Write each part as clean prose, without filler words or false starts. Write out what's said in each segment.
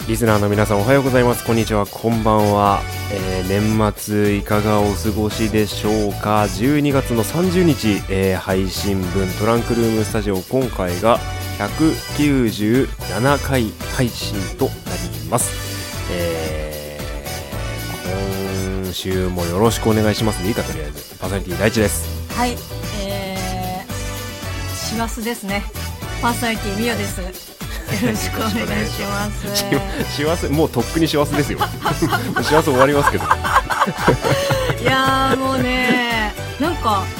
リスナーの皆さんおはようございます。こんにちは、こんばんは。年末いかがお過ごしでしょうか。12月の30日、配信分トランクルームスタジオ、今回が197回配信となります。今週もよろしくお願いします。いいか、とりあえずパーソナリティ第一です。 はい、師走ですね。パーソナリティみよです。よろしくお願いします。 師走、もうとっくに師走ですよ。師走終わりますけど。 いやーもうね、なんか、 はい、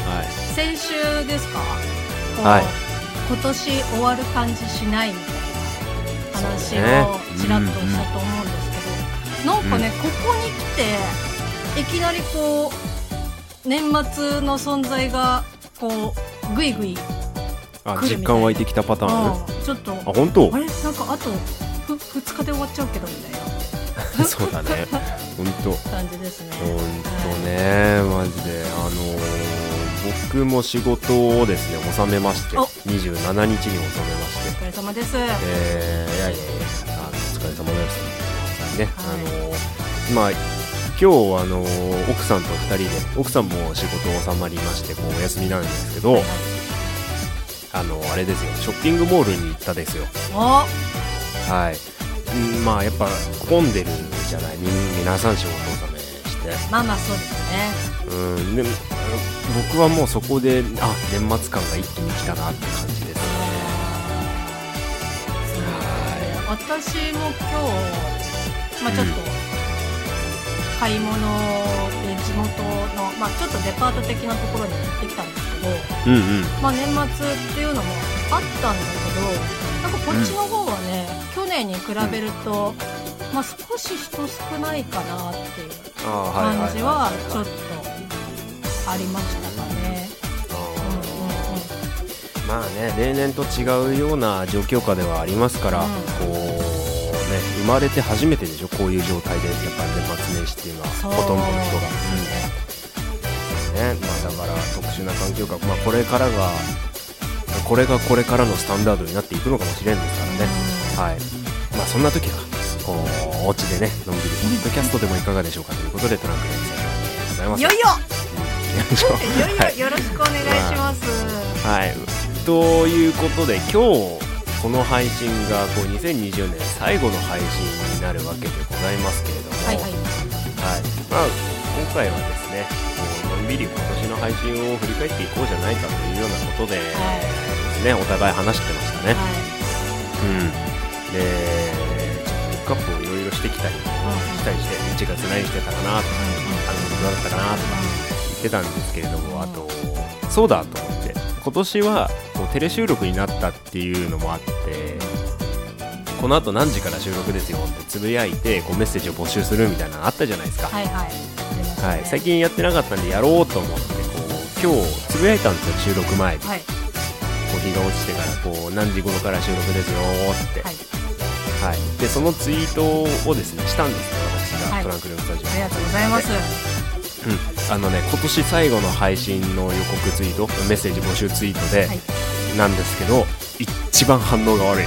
先週ですか、 はい、 今年終わる感じしないみたいな話をちらっとしたと思うんですけど、なんかね、ここに来ていきなりこう年末の存在がこうぐいぐい実感湧いてきたパターン。 ちょっと本当、 あれ、なんかあと2日で終わっちゃうけどみたいな。 そうだね、本当感じですね。 本当ね、マジで僕も仕事をですね収めまして、27日に収めまして、 お疲れ様です。 いやお疲れ様ですね。まあ今日奥さんと2人で、奥さんも仕事を収まりましてこうお休みなんですけど、あれですよ、ショッピングモールに行ったですよ。はい、まあやっぱ混んでるじゃない、皆さん仕事納めして。 まあそうですね。 で僕はもうそこで年末感が一気に来たなって感じですね。 私も今日、ちょっと買い物で地元の、ちょっとデパート的なところに行ってきたんですけど、年末っていうのもあったんだけど、なんかこっちの方はね、去年に比べると、少し人少ないかなっていう感じはちょっとありましたかね。 まあね、例年と違うような状況下ではありますから、こうね、生まれて初めてでしょ、こういう状態でやっぱ年末年始っていうのはほとんどの人が、だから特殊な環境下、これがこれからのスタンダードになっていくのかもしれんですからね。そんな時はこうお家でね、のんびりポッドキャストでもいかがでしょうかということで、トランクルームスタジオでございます。 いよいよよろしくお願いします。 ということで、今日この配信がこう2020年最後の配信になるわけでございますけれども、今回はですね、のんびり今年の配信を振り返っていこうじゃないかというようなことでですね、お互い話してましたね。で、ピックアップをいろいろしてきたりしたりして、1月何してたかなとか、どうだったかなとか言ってたんですけれども、あとそうだと思って、今年はこうテレ収録になったっていうのもあって、この後何時から収録ですよってつぶやいてこうメッセージを募集するみたいなのあったじゃないですか。最近やってなかったんでやろうと思って、今日つぶやいたんですよ、収録前に。こう日が落ちてからこう何時頃から収録ですよって、でそのツイートをですねしたんですね、私がトランクルームスタジオ。 ありがとうございます。 今年最後の配信の予告ツイート、メッセージ募集ツイートで、なんですけど、一番反応が悪い。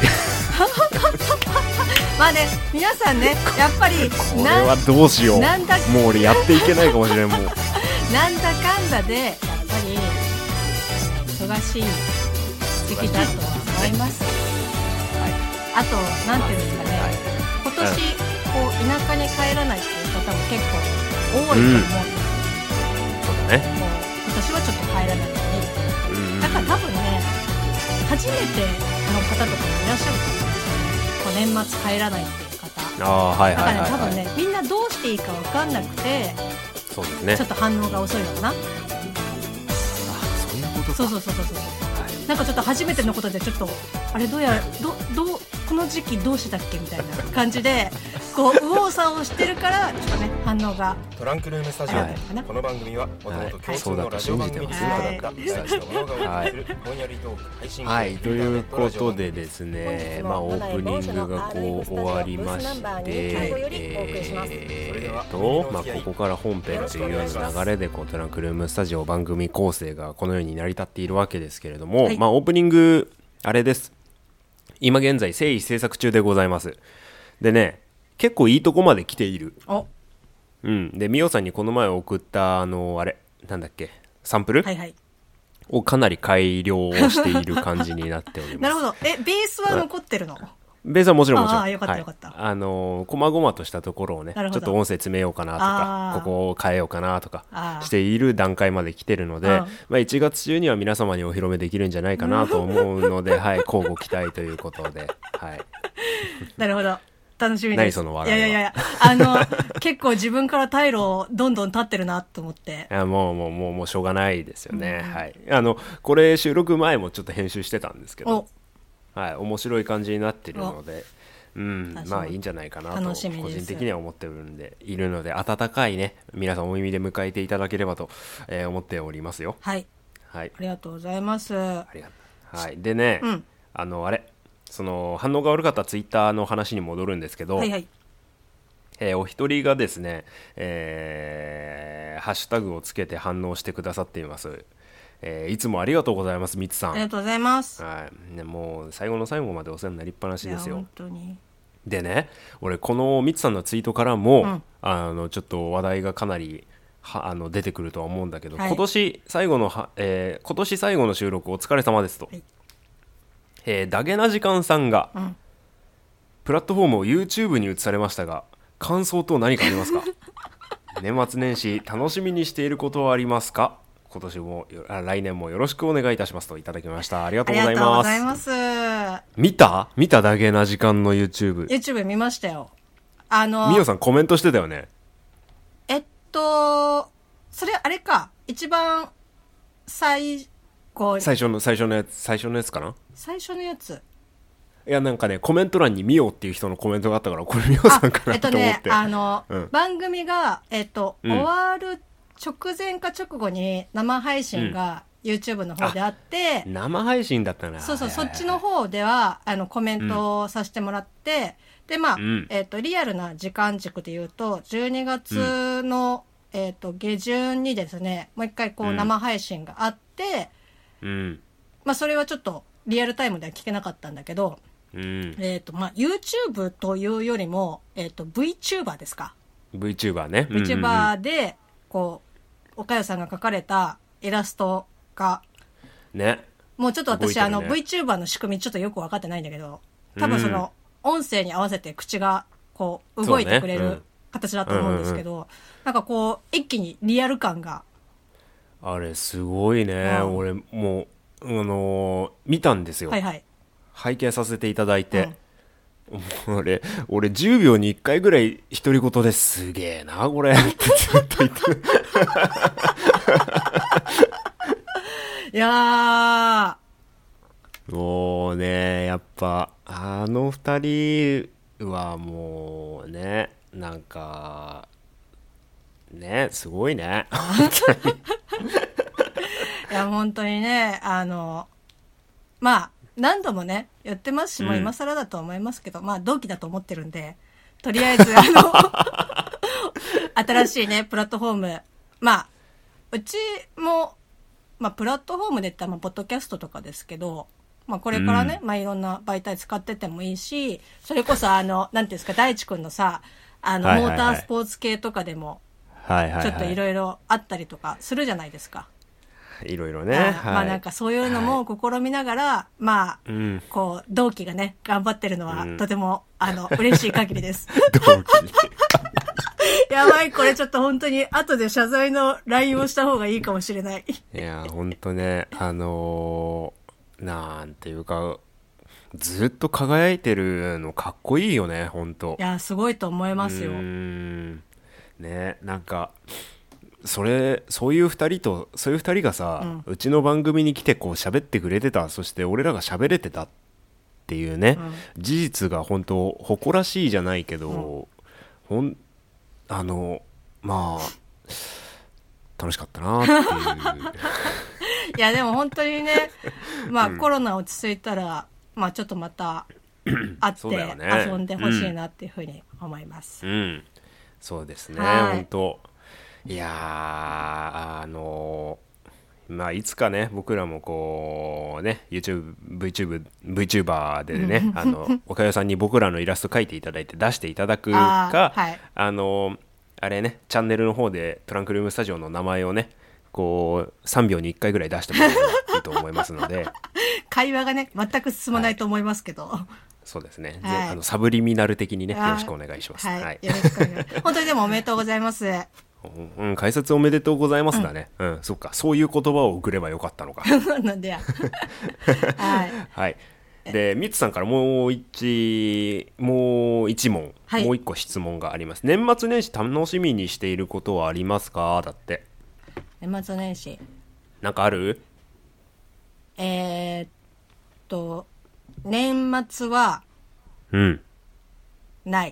皆さんね、やっぱりこれはどうしよう、もう俺やっていけないかもしれん。もうなんだかんだでやっぱり忙しい時期だとは思います。あとなんていうんですかね、今年こう田舎に帰らないっていう方も結構多いと思うんです。もう今年はちょっと帰らないのに、だから多分ね、初めての方とかもいらっしゃると思うんですよね。年末帰らないっていう方。だからね、多分ね、みんなどうしていいか分かんなくて、 そうですね、 ちょっと反応が遅いのかな。 そういうことか。 そうなんかちょっと初めてのことで、ちょっとあれどうこの時期どうしたっけみたいな感じでこう右往左往してるから、ちょっとね反応が。 トランクルームスタジオ、この番組はもともと共通のラジオ番組リスナーだったスタジオの動画をお送りするぼんやりトーク配信ということでですね、オープニングがこう終わりまして、ここから本編というような流れでこうトランクルームスタジオ番組構成がこのように成り立っているわけですけれども、オープニングあれです。今現在制作中でございます。でね、 結構いいとこまで来ている。 お、 うん、でみおさんにこの前送ったあれなんだっけ、サンプル、 はいはい、 をかなり改良している感じになっております。 なるほど。ベースは残ってるの？ ベースはもちろんもちろん。 あ、よかったよかった。 はい、細々としたところをね、ちょっと音声詰めようかなとか、ここを変えようかなとかしている段階まで来てるので、まあ、1月中には皆様にお披露目できるんじゃないかなと思うので、はい、交互期待ということで、はい。 なるほど。楽しみです。 何その笑いは。 いや結構自分から退路をどんどん立ってるなと思って。 いやもうしょうがないですよね。はい。これ収録前もちょっと編集してたんですけど、はい、面白い感じになってるので、うん、まあいいんじゃないかなと個人的には思っているので、温かいね皆さんお耳で迎えていただければと、思っておりますよ。 はい。はい。ありがとうございます。はい。 でね、その反応が悪かったツイッターの話に戻るんですけど、はいはい、お一人がですね、ハッシュタグをつけて反応してくださっています。いつもありがとうございます、みつさん。 ありがとうございます。 はい、ね、もう最後の最後までお世話になりっぱなしですよ。 本当に。 でね、俺このみつさんのツイートからも、ちょっと話題がかなり出てくるとは思うんだけど、はい、今年最後の収録お疲れ様ですと。はい、ダゲな時間さんが、プラットフォームを YouTube に移されましたが、感想等何かありますか？年末年始楽しみにしていることはありますか？今年も来年もよろしくお願いいたしますといただきました。ありがとうございます。ありがとうございます。見ただけな時間の YouTube 見ましたよ。 みおさんコメントしてたよね。 それあれか、一番最初のやつかな。 最初のやつ。 いやなんかねコメント欄にみおっていう人のコメントがあったから、これみおさんかなと思って。 番組が終わる直前か直後に生配信が YouTube の方であって、 生配信だったな。 そうそっちの方ではコメントをさせてもらって、でまあ、リアルな時間軸で言うと12月の、下旬にですね、もう一回こう生配信があって、まあそれはちょっとリアルタイムでは聞けなかったんだけど、まあ YouTube というよりもVTuber ですか。 VTuber ね。 VTuber でこう岡代さんが描かれたイラストがね、もうちょっと私VTuber の仕組みちょっとよく分かってないんだけど、多分その音声に合わせて口がこう動いてくれる形だと思うんですけど、なんかこう一気にリアル感があれすごいね。俺もう見たんですよ。はいはい。拝見させていただいて、俺10秒に1回ぐらい独り言ですげえなこれってずっと言っていやー、もうねやっぱ2人はもうね、なんかねすごいねいや本当にね、まあ何度もね言ってますし、もう今更だと思いますけど、まあ同期だと思ってるんで、とりあえず新しいねプラットフォーム、まあうちもまあプラットフォームで言ったらポッドキャストとかですけど、まあこれからね、まあいろんな媒体使っててもいいし、それこそなんていうんですか、大地くんのさモータースポーツ系とかでもちょっといろいろあったりとかするじゃないですか。 いろいろね。 まあなんかそういうのも試みながら、まあ、こう、同期がね、頑張ってるのは、とても、嬉しい限りです。同期やばい、これちょっと本当に、後で謝罪の LINE をした方がいいかもしれない。 いや、本当ね、なんていうか、ずっと輝いてるのかっこいいよね、本当。 いや、すごいと思いますよ。 ね、なんか、そういう二人がさ、うちの番組に来てこう喋ってくれてた、そして俺らが喋れてたっていうね、事実が本当誇らしいじゃないけど、まあ楽しかったなっていういやでも本当にね、まあコロナ落ち着いたら、まあちょっとまた会って遊んでほしいなっていうふうに思います。 そうですね、本当。いやまあいつかね僕らもこうね VTuber でねおかよさんに僕らのイラスト描いていただいて出していただくか、はい、あれねチャンネルの方でトランクルームスタジオの名前をねこう3秒に1回ぐらい出してもらえればいいと思いますので会話がね全く進まないと思いますけど、はい、 そうですね、はい、サブリミナル的にねよろしくお願いします。 はい、よろしくお願いします本当にでもおめでとうございます。 うん、解説おめでとうございますだね、うん、そっかそういう言葉を送ればよかったのかなんでやはい、はい、でミツさんからもう一問、はい、もう一個質問があります。年末年始楽しみにしていることはありますか？だって年末年始なんかある？ 年末はない、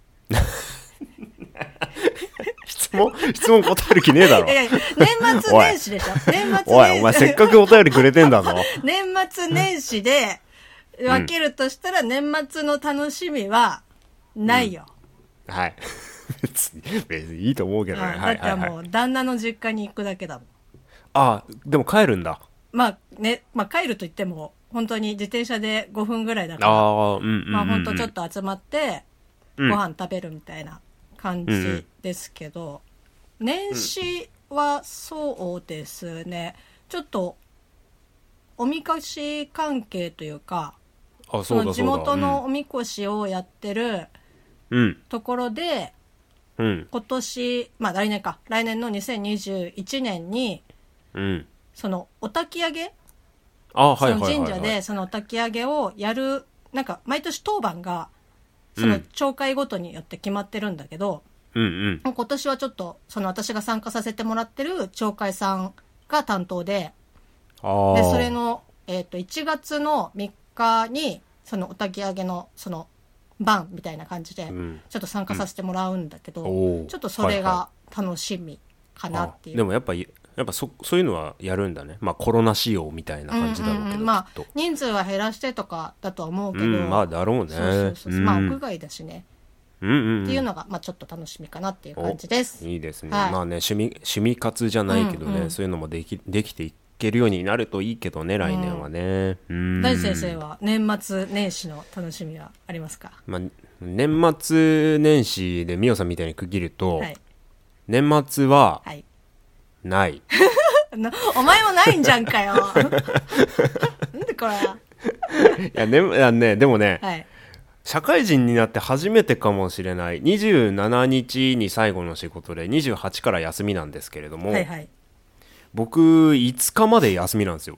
質問答える気ねえだろ。 いや年末年始でしょ。年末年始おいお前せっかくお便りくれてんだぞ年末年始で分けるとしたら年末の楽しみはないよ、 はい別にいいと思うけどね、 だってもう旦那の実家に行くだけだもん。 あ、でも帰るんだ。 まあね、帰ると言っても本当に自転車で5分ぐらいだから、まあ本当ちょっと集まってご飯食べるみたいな感じですけど、年始はそうですね、ちょっとおみこし関係というか、その地元のおみこしをやってるところで、今年、まあ来年の2021年に、そのお焚き上げ、その神社でそのお焚き上げをやる、なんか毎年当番がその町会ごとによって決まってるんだけど、今年はちょっとその私が参加させてもらってる町会さんが担当で、それの、1月の3日にそのお焚き上げのその番みたいな感じでちょっと参加させてもらうんだけど、ちょっとそれが楽しみかなっていう。 でもやっぱそういうのはやるんだね。まあコロナ仕様みたいな感じだろうけど、 まあ人数は減らしてとかだとは思うけど、 まあだろうね。 まあ屋外だしね、っていうのがまあちょっと楽しみかなっていう感じです。 いいですね、まあね趣味活じゃないけどね、そういうのもできていけるようになるといいけどね、来年はね。 大地先生は年末年始の楽しみはありますか？ まあ、年末年始でみおさんみたいに区切ると、年末はない、 お前もないんじゃんかよなんでこれいやでもね、社会人になって初めてかもしれない。27日に最後の仕事で28から休みなんですけれども、僕5日まで休みなんですよ。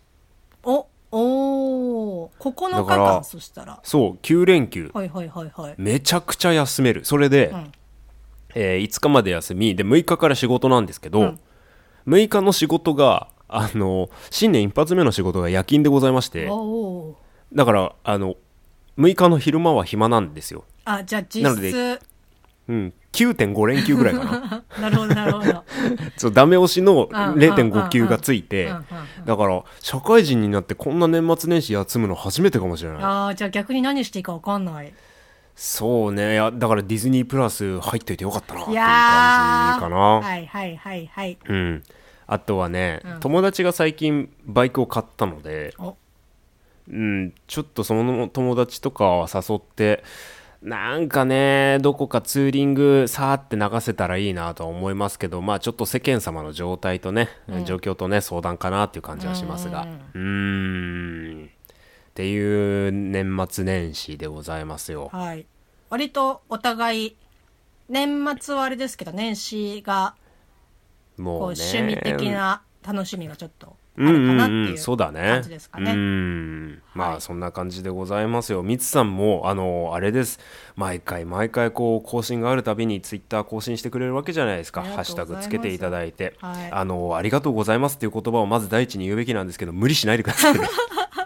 9日間。そしたらそう9連休、めちゃくちゃ休める。それで、5日まで休みで6日から仕事なんですけど、6日の仕事が新年一発目の仕事が夜勤でございまして、だから6日の昼間は暇なんですよ。 じゃあ実質 9.5 連休ぐらいかななるほどなるほどそうダメ押しの 0.5 休がついて、だから社会人になってこんな年末年始休むの初めてかもしれない。 じゃあ逆に何していいか分かんない。 そうね、だからディズニープラス入っといてよかったなっていう感じかな。あとはね、友達が最近バイクを買ったので、ちょっとその友達とかは誘ってなんかねどこかツーリングさーって流せたらいいなとは思いますけど、まあちょっと世間様の状態とね、状況とね相談かなっていう感じはしますが、っていう年末年始でございますよ。 割とお互い年末はあれですけど年始がもう趣味的な楽しみがちょっとあるかなっていう感じですかね。 まあそんな感じでございますよ。みつさんもあれです、毎回こう更新があるたびにツイッター更新してくれるわけじゃないですか。ハッシュタグつけていただいて、ありがとうございますっていう言葉をまず第一に言うべきなんですけど、無理しないでくださいね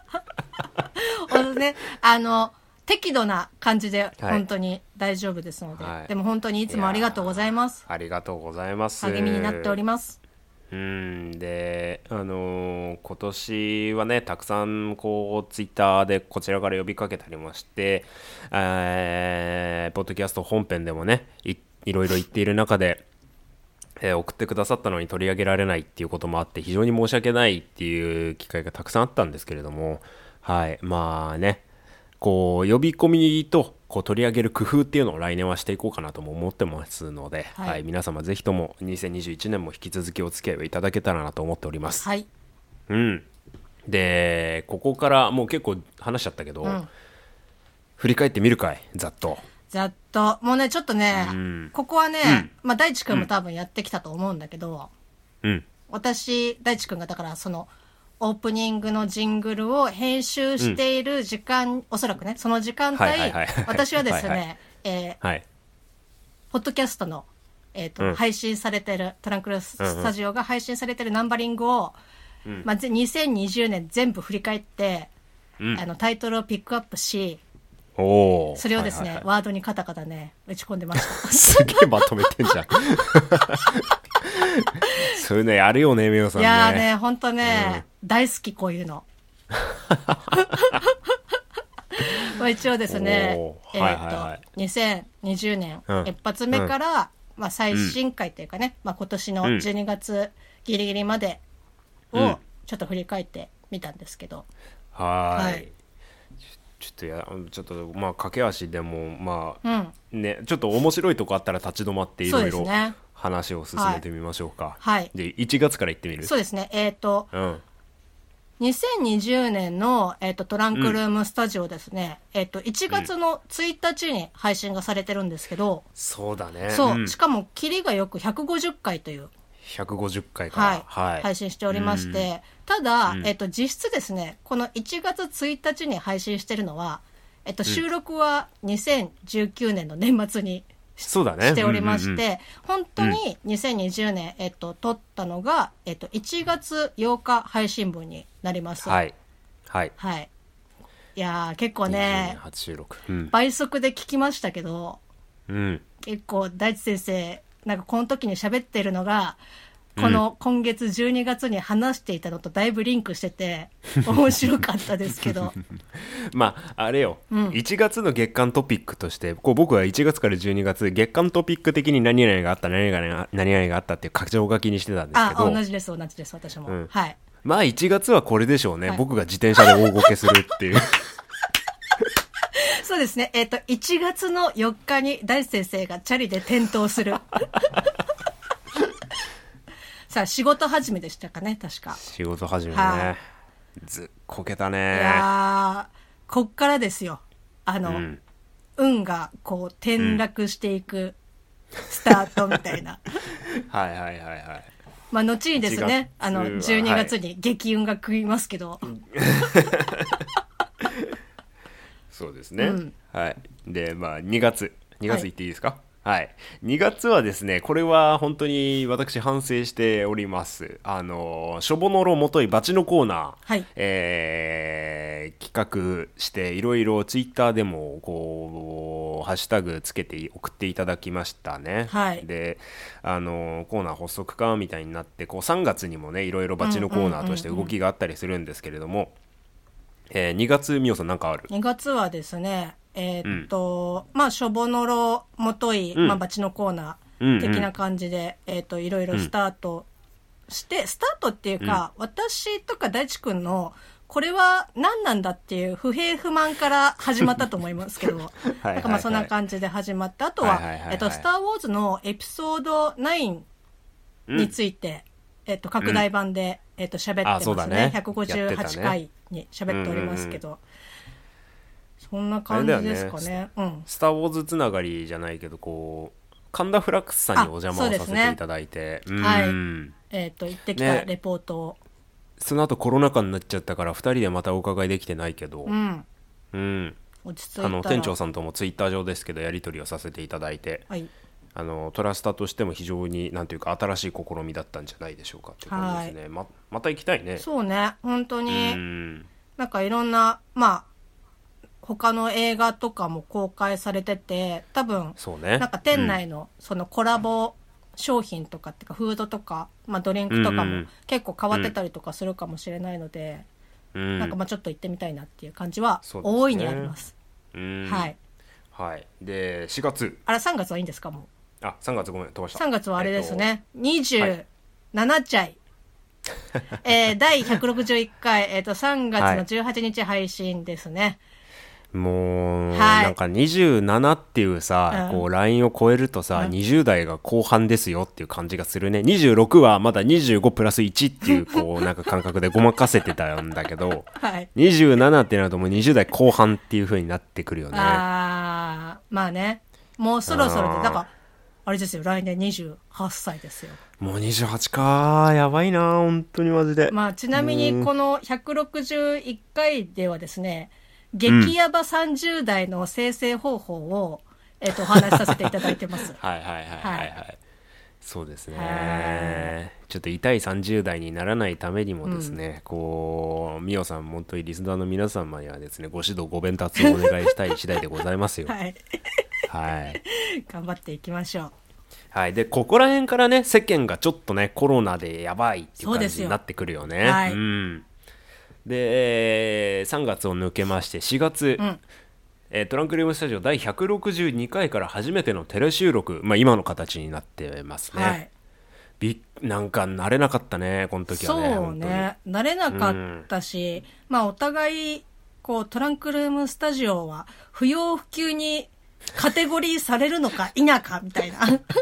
適度な感じで本当に大丈夫ですので、でも本当にいつもありがとうございます。 ありがとうございます。 励みになっております。 で今年はねたくさんこうツイッターでこちらから呼びかけたりもして、ポッドキャスト本編でもねいろいろ言っている中で、 送ってくださったのに取り上げられないっていうこともあって非常に申し訳ないっていう機会がたくさんあったんですけれども、はい、まあね、こう呼び込みとこう取り上げる工夫っていうのを来年はしていこうかなとも思ってますので、はいはい、皆様ぜひとも2021年も引き続きお付き合いをいただけたらなと思っております。 はい、 うん、でここからもう結構話しちゃったけど、振り返ってみるかい、ざっともうねちょっとね、ここはね、まあ大地君も多分やってきたと思うんだけど、私大地君がだからそのオープニングのジングルを編集している時間、おそらくねその時間帯、私はですねポッドキャストの、配信されてるトランクルスタジオが配信されてるナンバリングを、まあ、2020年全部振り返って、タイトルをピックアップし、それをですね、ワードにカタカタね打ち込んでましたすげえまとめてんじゃんそういうのやるよね、みおさんね。 いやーね、ほんとね、大好きこういうのまあ一応ですね、2020年一発目から、まあ、最新回というかね、まあ、今年の12月ギリギリまでをちょっと振り返ってみたんですけど、 はい、ちょっとまあ駆け足でもまあ、ね、ちょっと面白いとこあったら立ち止まっていろいろ話を進めてみましょうか。はい、で1月からいってみる。 そうですね、2020年の、トランクルームスタジオですね、1月の1日に配信がされてるんですけど、 そうだね、 そう、しかもキリがよく150回という 150回から、 配信しておりまして、ただ、実質ですね、この1月1日に配信してるのは、収録は2019年の年末にしておりまして、本当に2020年、撮ったのが、1月8日配信分になります。はい。はい。はい。いやー、結構ね、倍速で聞きましたけど、結構、大地先生、なんかこの時に喋ってるのが、この今月12月に話していたのとだいぶリンクしてて面白かったですけどまああれよ、1月の月間トピックとしてこう僕は1月から12月月間トピック的に何々があった何々があったっていう箇条書きにしてたんですけど、 同じです私も、はい。 まあ1月はこれでしょうね、僕が自転車で大ごけするっていうそうですね、1月の4日に大地先生がチャリで転倒するさあ仕事始めでしたかね、確か。 仕事始めね、ずっこけたね。 いやこっからですよ、運がこう転落していくスタートみたいなはいはいはいはい。 まあ後にですね、12月に激運が食いますけど、 そうですね、はい。でまあ2月いっていいですか。はい、2月はですね、これは本当に私反省しております。しょぼのろもといバチのコーナー、企画していろいろツイッターでもこうハッシュタグつけて送っていただきましたね。はい、でコーナー発足かみたいになってこう3月にもねいろいろバチのコーナーとして動きがあったりするんですけれども、2月みおさんなんかある？ 2 月はですね、まあ、しょぼのろもとい、まあ、バチのコーナー的な感じで、いろいろスタートして、スタートっていうか、私とか大地くんの、これは何なんだっていう不平不満から始まったと思いますけど、なんかまあそんな感じで始まった。あとは、スター・ウォーズのエピソード9について、拡大版で、喋ってますね。158回に喋っておりますけど、そんな感じですかね。 スター・ウォーズつながりじゃないけどこう神田フラックスさんにお邪魔をさせていただいて、 はい、行ってきたレポートを、 その後コロナ禍になっちゃったから2人でまたお伺いできてないけど、 落ち着いたら店長さんともツイッター上ですけどやり取りをさせていただいて、トラスタとしても非常になんていうか新しい試みだったんじゃないでしょうかっていう感じですね。また行きたいね。 そうね、本当になんかいろんなまあ他の映画とかも公開されてて、多分なんか店内のそのコラボ商品とかっていうかフードとか、まあ、ドリンクとかも結構変わってたりとかするかもしれないので、なんかまあちょっと行ってみたいなっていう感じは大いにあります。はい、 はい。で4月、 あら3月はいいんですか？もあ、3月ごめん、飛ばした。 3月はあれですね。27チャイ。第161回、3月の18日配信ですね。 もう、なんか27っていうさ、こうラインを超えるとさ、20代が後半ですよっていう感じがするね。26はまだ25プラス1っていうこうなんか感覚でごまかせてたんだけど、27ってなるともう20代後半っていう風になってくるよね。 まあね、もうそろそろで、だからあれですよ、来年28歳ですよ。 もう28か、やばいな本当にマジで。 まあちなみにこの161回ではですね、激ヤバ30代の生成方法を、お話しさせていただいてます。 はい。そうですね。ちょっと痛い30代にならないためにもですね、こう、みおさん、本当にリスナーの皆様にはですね、ご指導ご鞭達をお願いしたい次第でございますよ。はい。 頑張っていきましょう。 はい。で、ここら辺からね、世間がちょっとね、コロナでやばいっていう感じになってくるよね。 はい。 で、3月を抜けまして4月、トランクルームスタジオ第162回から初めてのテレ収録、まあ、今の形になってますね。なんか慣れなかったね、この時はね。 そうね、慣れなかったし、まあお互いこうトランクルームスタジオは不要不急にカテゴリーされるのか否かみたいな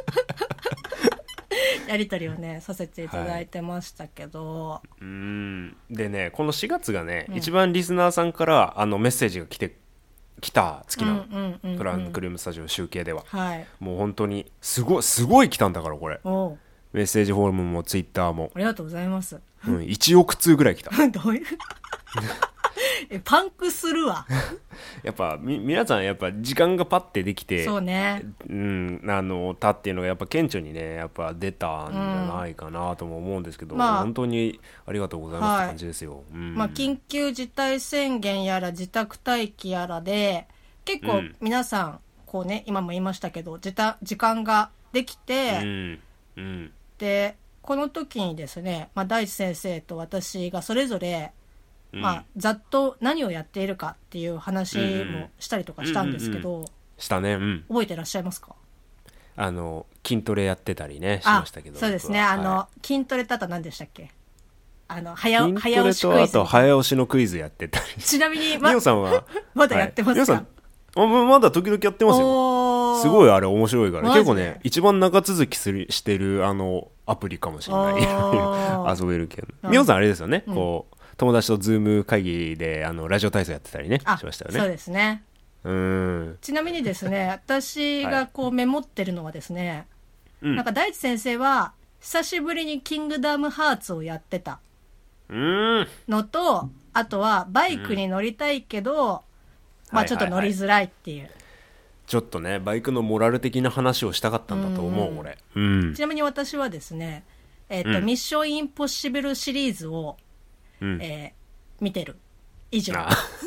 やり取りをねさせていただいてましたけど、 でね、この4月がね、一番リスナーさんからメッセージが来た月のトランクルームスタジオ集計では、もう本当にすごい来たんだから、これメッセージフォームもツイッターもありがとうございます。 1億通ぐらい来た。 どういうパンクするわやっぱ皆さんやっぱ時間がパッてできて、 そうね、 たっていうのがやっぱ顕著にねやっぱ出たんじゃないかなとも思うんですけど、本当にありがとうございますって感じですよ。 まあ緊急事態宣言やら自宅待機やらで結構皆さんこうね、今も言いましたけど時間ができて、でこの時にですね、まあ、大地先生と私がそれぞれまあ、ざっと何をやっているかっていう話もしたりとかしたんですけど、 したね。 覚えてらっしゃいますか？ 筋トレやってたりねしましたけど。 そうですね、筋トレとあと何でしたっけ、 早押しクイズとあと早押しのクイズやってたり。 ちなみにみおさんはまだやってますか？ まだ時々やってますよ。すごいあれ面白いから、結構ね一番長続きしてるアプリかもしれない。遊べるけど、みおさんあれですよね、こう友達とズーム会議でラジオ体操やってたりねしましたよね。 そうですね。ちなみにですね、私がこうメモってるのはですね、なんか大地先生は久しぶりにキングダムハーツをやってたのと、あとはバイクに乗りたいけど、まあちょっと乗りづらいっていう、 ちょっとねバイクのモラル的な話をしたかったんだと思う、俺。 ちなみに私はですね、ミッションインポッシブルシリーズを見てる以上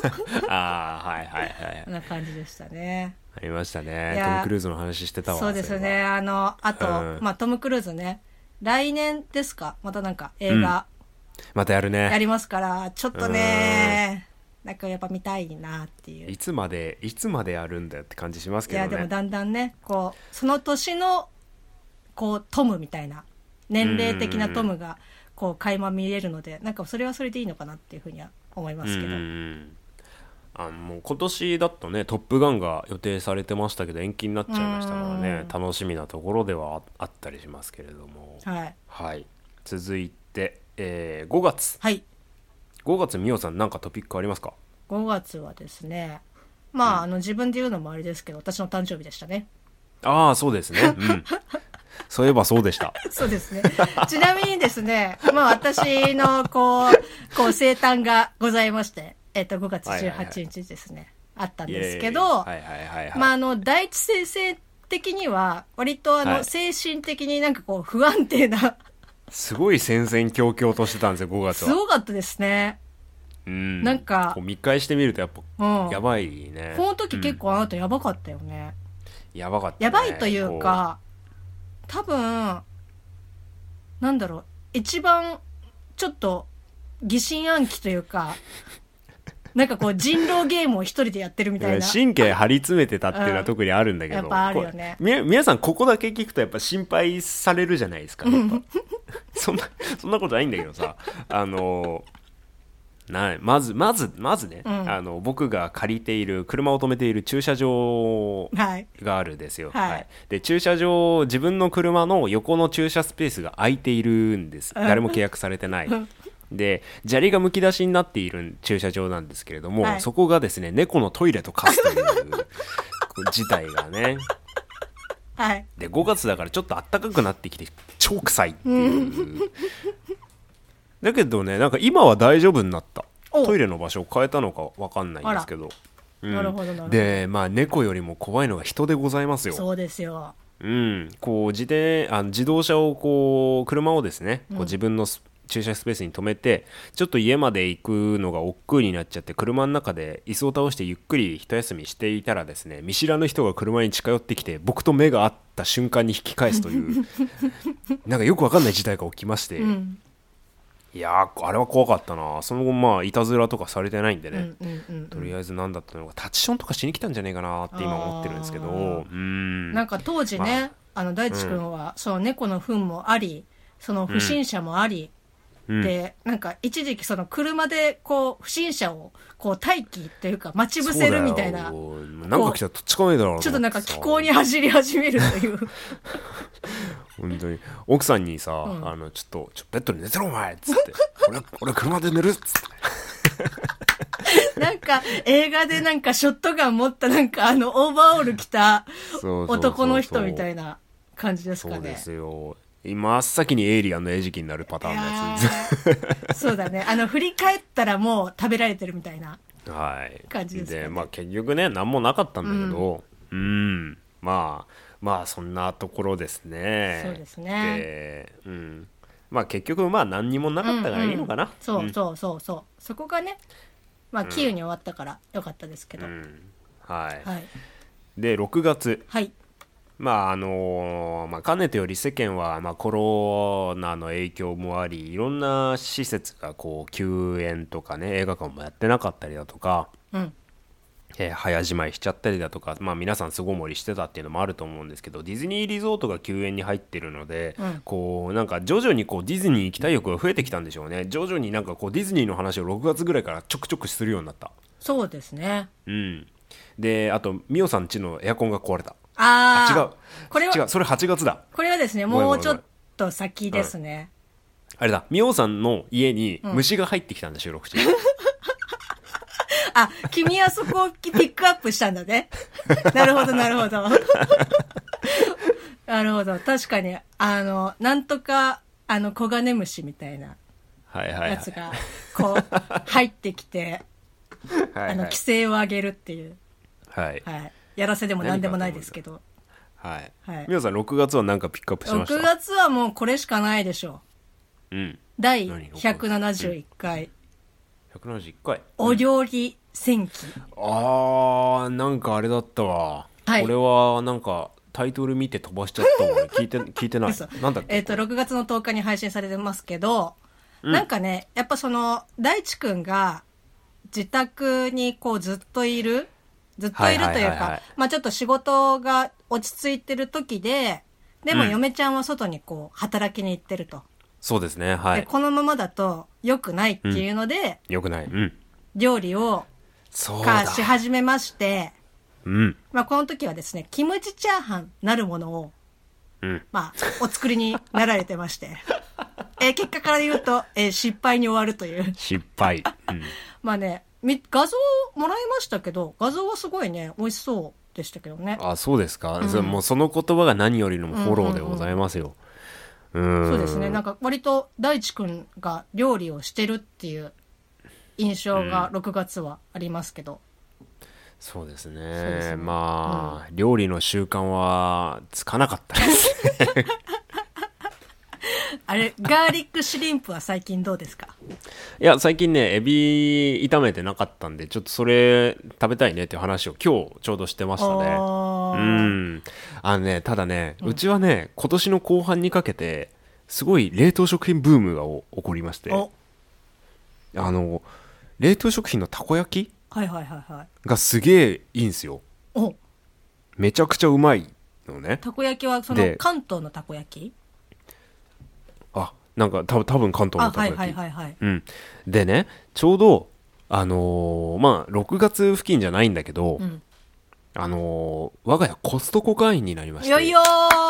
はいな感じでしたね。 ありましたね。トム・クルーズの話してたわ。 そうですね。あと、まあトム・クルーズね、来年ですか、またなんか映画、 またやるね。 やりますから、ちょっとね、なんかやっぱ見たいなっていう。 いつまでやるんだよって感じしますけどね。 いやでもだんだんね、こうその年のこうトムみたいな年齢的なトムがこう垣間見れるので、なんかそれはそれでいいのかなっていうふうには思いますけど。 もう今年だとねトップガンが予定されてましたけど延期になっちゃいましたからね、楽しみなところではあったりしますけれども。続いて、5月。5月、みおさんなんかトピックありますか ？5月はですね、まあ、自分で言うのもあれですけど、私の誕生日でしたね。 そうですね。そういえばそうでした。 そうですね。ちなみにですね、まあ私のこう生誕がございまして、5月18日ですね、あったんですけど、まあ大地先生的には割と精神的になんかこう不安定なすごい戦々恐々としてたんですよ、5月は。 すごかったですね。なんか見返してみるとやっぱやばいね。 この時結構あなたやばかったよね。 やばかったね。 やばいというか、多分なんだろう、一番ちょっと疑心暗鬼というかなんかこう人狼ゲームを一人でやってるみたいな。 神経張り詰めてたっていうのは特にあるんだけど、 やっぱあるよね。 皆さんここだけ聞くとやっぱ心配されるじゃないですか。やっぱそんなことないんだけどさ、まずね、僕が借りている車を止めている駐車場があるんですよ。はいはい、で駐車場、自分の車の横の駐車スペースが空いているんです。誰も契約されてない。で砂利がむき出しになっている駐車場なんですけれども、はい、そこがですね猫のトイレと化すという事態がね、はい、で5月だからちょっと暖かくなってきて超臭いっていうだけどね、なんか今は大丈夫になった。トイレの場所を変えたのか分かんないんですけど、 なるほどなるほど。 でまあ猫よりも怖いのが人でございますよ。 そうですよ。 こう自動車をこう車をですね、こう自分の駐車スペースに止めてちょっと家まで行くのが億劫になっちゃって、車の中で椅子を倒してゆっくり一休みしていたらですね、見知らぬ人が車に近寄ってきて僕と目が合った瞬間に引き返すというなんかよく分かんない事態が起きまして、いやあれは怖かったな。その後まあいたずらとかされてないんでね、とりあえず何だったのかタッチションとかしに来たんじゃねえかなって今思ってるんですけど、 なんか当時ね、大地君はその猫の糞もあり、その不審者もあり、でなんか一時期その車でこう不審者をこう待機というか待ち伏せるみたいな、 なんか来たらとっちかないだろう、 ちょっとなんか気候に走り始めるという本当に奥さんにさ、ちょっとベッドに寝てろお前っつって俺車で寝るっつってなんか映画でなんかショットガン持ったなんかオーバーオール着た男の人みたいな感じですかね。 そうですよ。真っ先にエイリアンの餌食になるパターンのやつそうだね。振り返ったらもう食べられてるみたいな感じですね。 でまあ結局ね何もなかったんだけど、まあそんなところですね。 そうですね。 でまあ結局まあ何にもなかったからいいのかな。 そうそこがね、まあキーウに終わったからよかったですけど、 はい。で6月、はい。まあかねてより世間は、コロナの影響もありいろんな施設がこう休園とかね、映画館もやってなかったりだとか、早じまいしちゃったりだとか、皆さん巣ごもりしてたっていうのもあると思うんですけど、ディズニーリゾートが休園に入ってるので、こうなんか徐々にこうディズニー行きたい欲が増えてきたんでしょうね。徐々になんかこうディズニーの話を6月ぐらいからちょくちょくするようになった。 そうですね。 であとミオさん家のエアコンが壊れた。違うそれ8月だ。 これはですねもうちょっと先ですね。 あれだ、ミオさんの家に虫が入ってきたんだ、収録中君はそこをピックアップしたんだねなるほどなるほどなるほど。確かになんとかコガネムシみたいなやつがこう入ってきて規制を上げるっていうやらせでも何でもないですけど、 みおさん6月は何かピックアップしました？ 6月はもうこれしかないでしょう。第171回 171回お料理戦記。 なんかあれだったわ、これはなんかタイトル見て飛ばしちゃったわ聞いてないなんだっけ。 6月の10日に配信されてますけど、なんかねやっぱその大地くんが自宅にこうずっといるというか、ちょっと仕事が落ち着いてる時でも嫁ちゃんは外にこう働きに行ってると。 そうですね。 でこのままだと良くないっていうので、 良くない。 料理をし始めまして、この時はですねキムチチャーハンなるものを、お作りになられてまして結果から言うと、失敗に終わるという失敗、 画像もらいましたけど、画像はすごいね美味しそうでしたけどね。 そうですか。もうその言葉が何よりのフォローでございますよ。 そうですね。なんか割と大地くんが料理をしてるっていう印象が6月はありますけど、 そうですね。料理の習慣はつかなかったですねあれガーリックシュリンプは最近どうですか？ いや最近ねエビ炒めてなかったんでちょっとそれ食べたいねっていう話を今日ちょうどしてましたね。ただね、うちはね今年の後半にかけてすごい冷凍食品ブームが起こりまして、 冷凍食品のたこ焼きはいはいはいはい。 がすげえいいんすよ。 お、 めちゃくちゃうまいのね。 たこ焼きはその関東のたこ焼き？ なんか多分関東のたこ焼き。 はいはいはいはい。 うん。でね、ちょうどまあ6月付近じゃないんだけど、 うん、 我が家コストコ会員になりまして。 よいよー。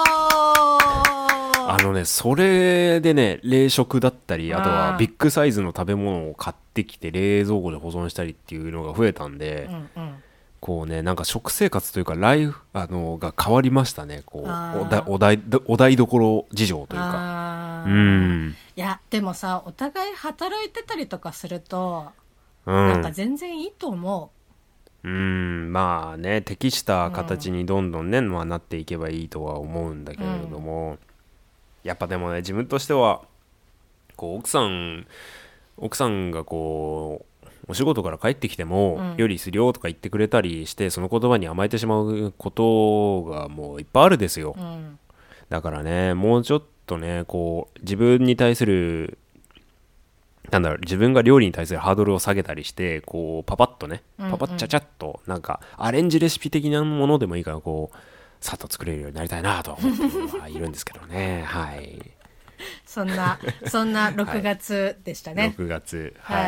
それでね、冷食だったり、あとはビッグサイズの食べ物を買ってきて冷蔵庫で保存したりっていうのが増えたんで、 うんうん、 こうね、なんか食生活というかライフが変わりましたね。こうお台所事情というか。 いやでもさ、お互い働いてたりとかすると、 うん、 なんか全然いいと思う。 まあね、適した形にどんどんね、まあ、なっていけばいいとは思うんだけれども、やっぱでもね、自分としてはこう奥さんがこうお仕事から帰ってきても、料理するよとか言ってくれたりして、その言葉に甘えてしまうことがもういっぱいあるですよ。だからね、もうちょっとね、こう自分に対する自分が料理に対するハードルを下げたりして、こうパパッとね、パパッチャチャッとなんかアレンジレシピ的なものでもいいからこうさっと作れるようになりたいなと思ってはいるんですけどね。はい。 そんな6月でしたね。 6月、はい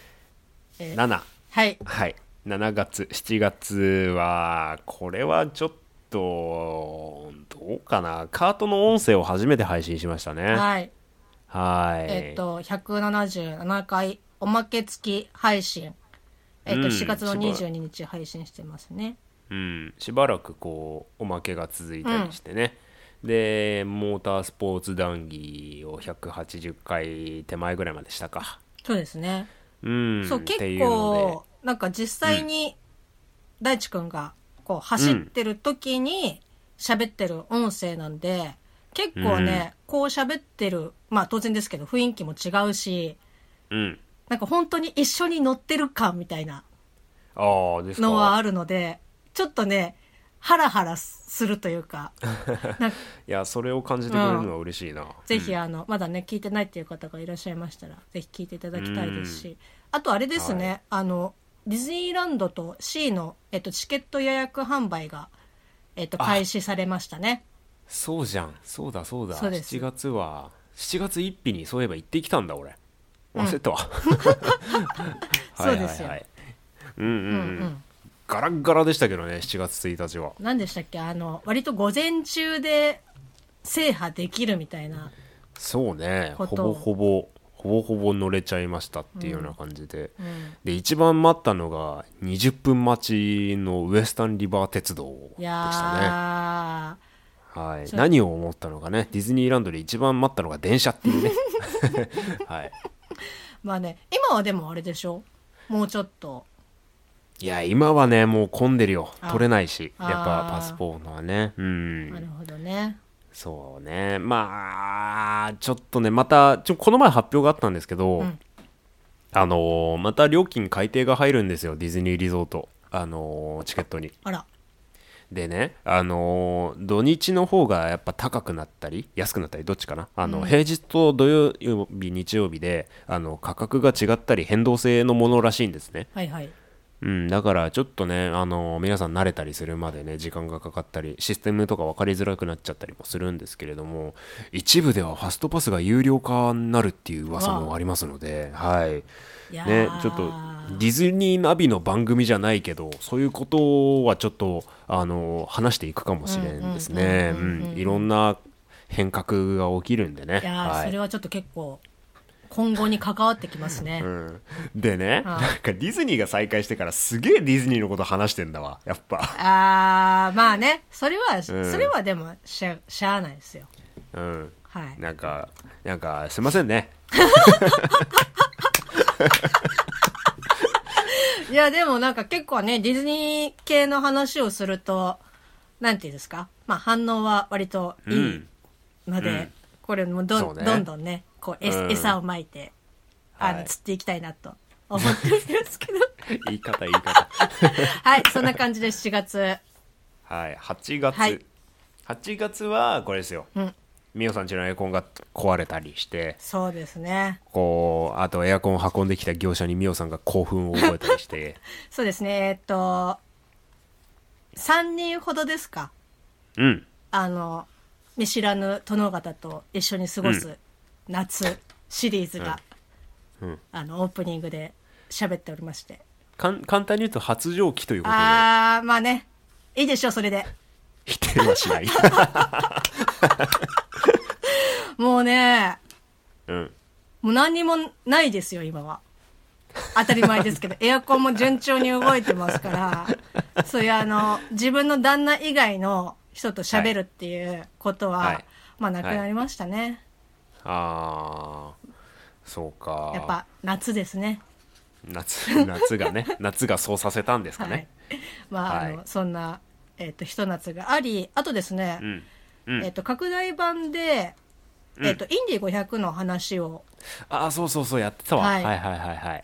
。7、 はい、 はい。7月、7月はこれはちょっとどうかな。カートの音声を初めて配信しましたね。 はい。 はい。 177回おまけ付き配信。4月の22日配信してますね。 しばらくこうおまけが続いたりしてね。で、モータースポーツ談義を180回手前ぐらいまでしたか。 そうですね。そう、結構なんか実際に大地くんがこう走ってる時に喋ってる音声なんで、結構ね、こう喋ってる、まあ当然ですけど雰囲気も違うし、なんか本当に一緒に乗ってる感みたいなのはあるので、ちょっとね、ハラハラするというかいや、それを感じてくれるのは嬉しいな。 ぜひまだね聞いてないっていう方がいらっしゃいましたら、ぜひ聞いていただきたいですし、あとあれですね、ディズニーランドと C の、チケット予約販売が、開始されましたね。 そうじゃん、そうだ7月1日にそういえば行ってきたんだ俺。忘れたわ。 そうですよ。 ガラッガラでしたけどね、7月1日は。 何でしたっけ、割と午前中で制覇できるみたいな。 そうね、ほぼほぼ乗れちゃいましたっていうような感じで、で一番待ったのが20分待ちのウエスタンリバー鉄道でしたね。はい、何を思ったのかね、ディズニーランドで一番待ったのが電車っていうね。はい。 まあね、今はでもあれでしょ、もうちょっと。 いや、今はね、もう混んでるよ。取れないし、やっぱパスポートはね。 なるほどね。 そうね、まあちょっとね、またこの前発表があったんですけど、また料金改定が入るんですよ、ディズニーリゾートチケットに。 あら。 でね、土日の方がやっぱ高くなったり安くなったりどっちかな、平日と土曜日日曜日で価格が違ったり変動性のものらしいんですね。 はいはい。 だからちょっとね、皆さん慣れたりするまでね、時間がかかったり、システムとか分かりづらくなっちゃったりもするんですけれども、一部ではファストパスが有料化になるっていう噂もありますので、はい。ね、ちょっとディズニーナビの番組じゃないけど、そういうことはちょっと話していくかもしれんですね。いろんな変革が起きるんでね。 いや、それはちょっと結構今後に関わってきますね。 でね、なんかディズニーが再開してからすげえディズニーのこと話してんだわ、やっぱ。 まあね、それはでもしゃあないですよ。はい。 なんかすいませんね。 いやでもなんか結構ね、ディズニー系の話をすると、なんていうんですか、まあ反応は割といいので、これもどんどんね、こう餌をまいて釣っていきたいなと思ってるんですけど。 言い方。 はい、そんな感じで7月。 はい、8月。8月はこれですよ。 みおさんちのエアコンが壊れたりして、 そうですね。 こうあとエアコンを運んできた業者にみおさんが興奮を覚えたりしてそうですね。3人ほどですか。 うん。 見知らぬ殿方と一緒に過ごす夏シリーズが、オープニングで喋っておりまして。 簡単に言うと発情期ということで。 まあね。いいでしょう、それで。 否定はしない。 もうね、 うん。 もう何にもないですよ、今は。当たり前ですけど、エアコンも順調に動いてますから、そういう自分の旦那以外の人と喋るっていうことは、 はい、 まあなくなりましたね。 ああ、そうか。 やっぱ夏ですね。 夏がね、夏がそうさせたんですかね。 はい、まあ、そんな、ひと夏があり、あとですね、拡大版で、インディ500の話を、 そうやってたわ。はい。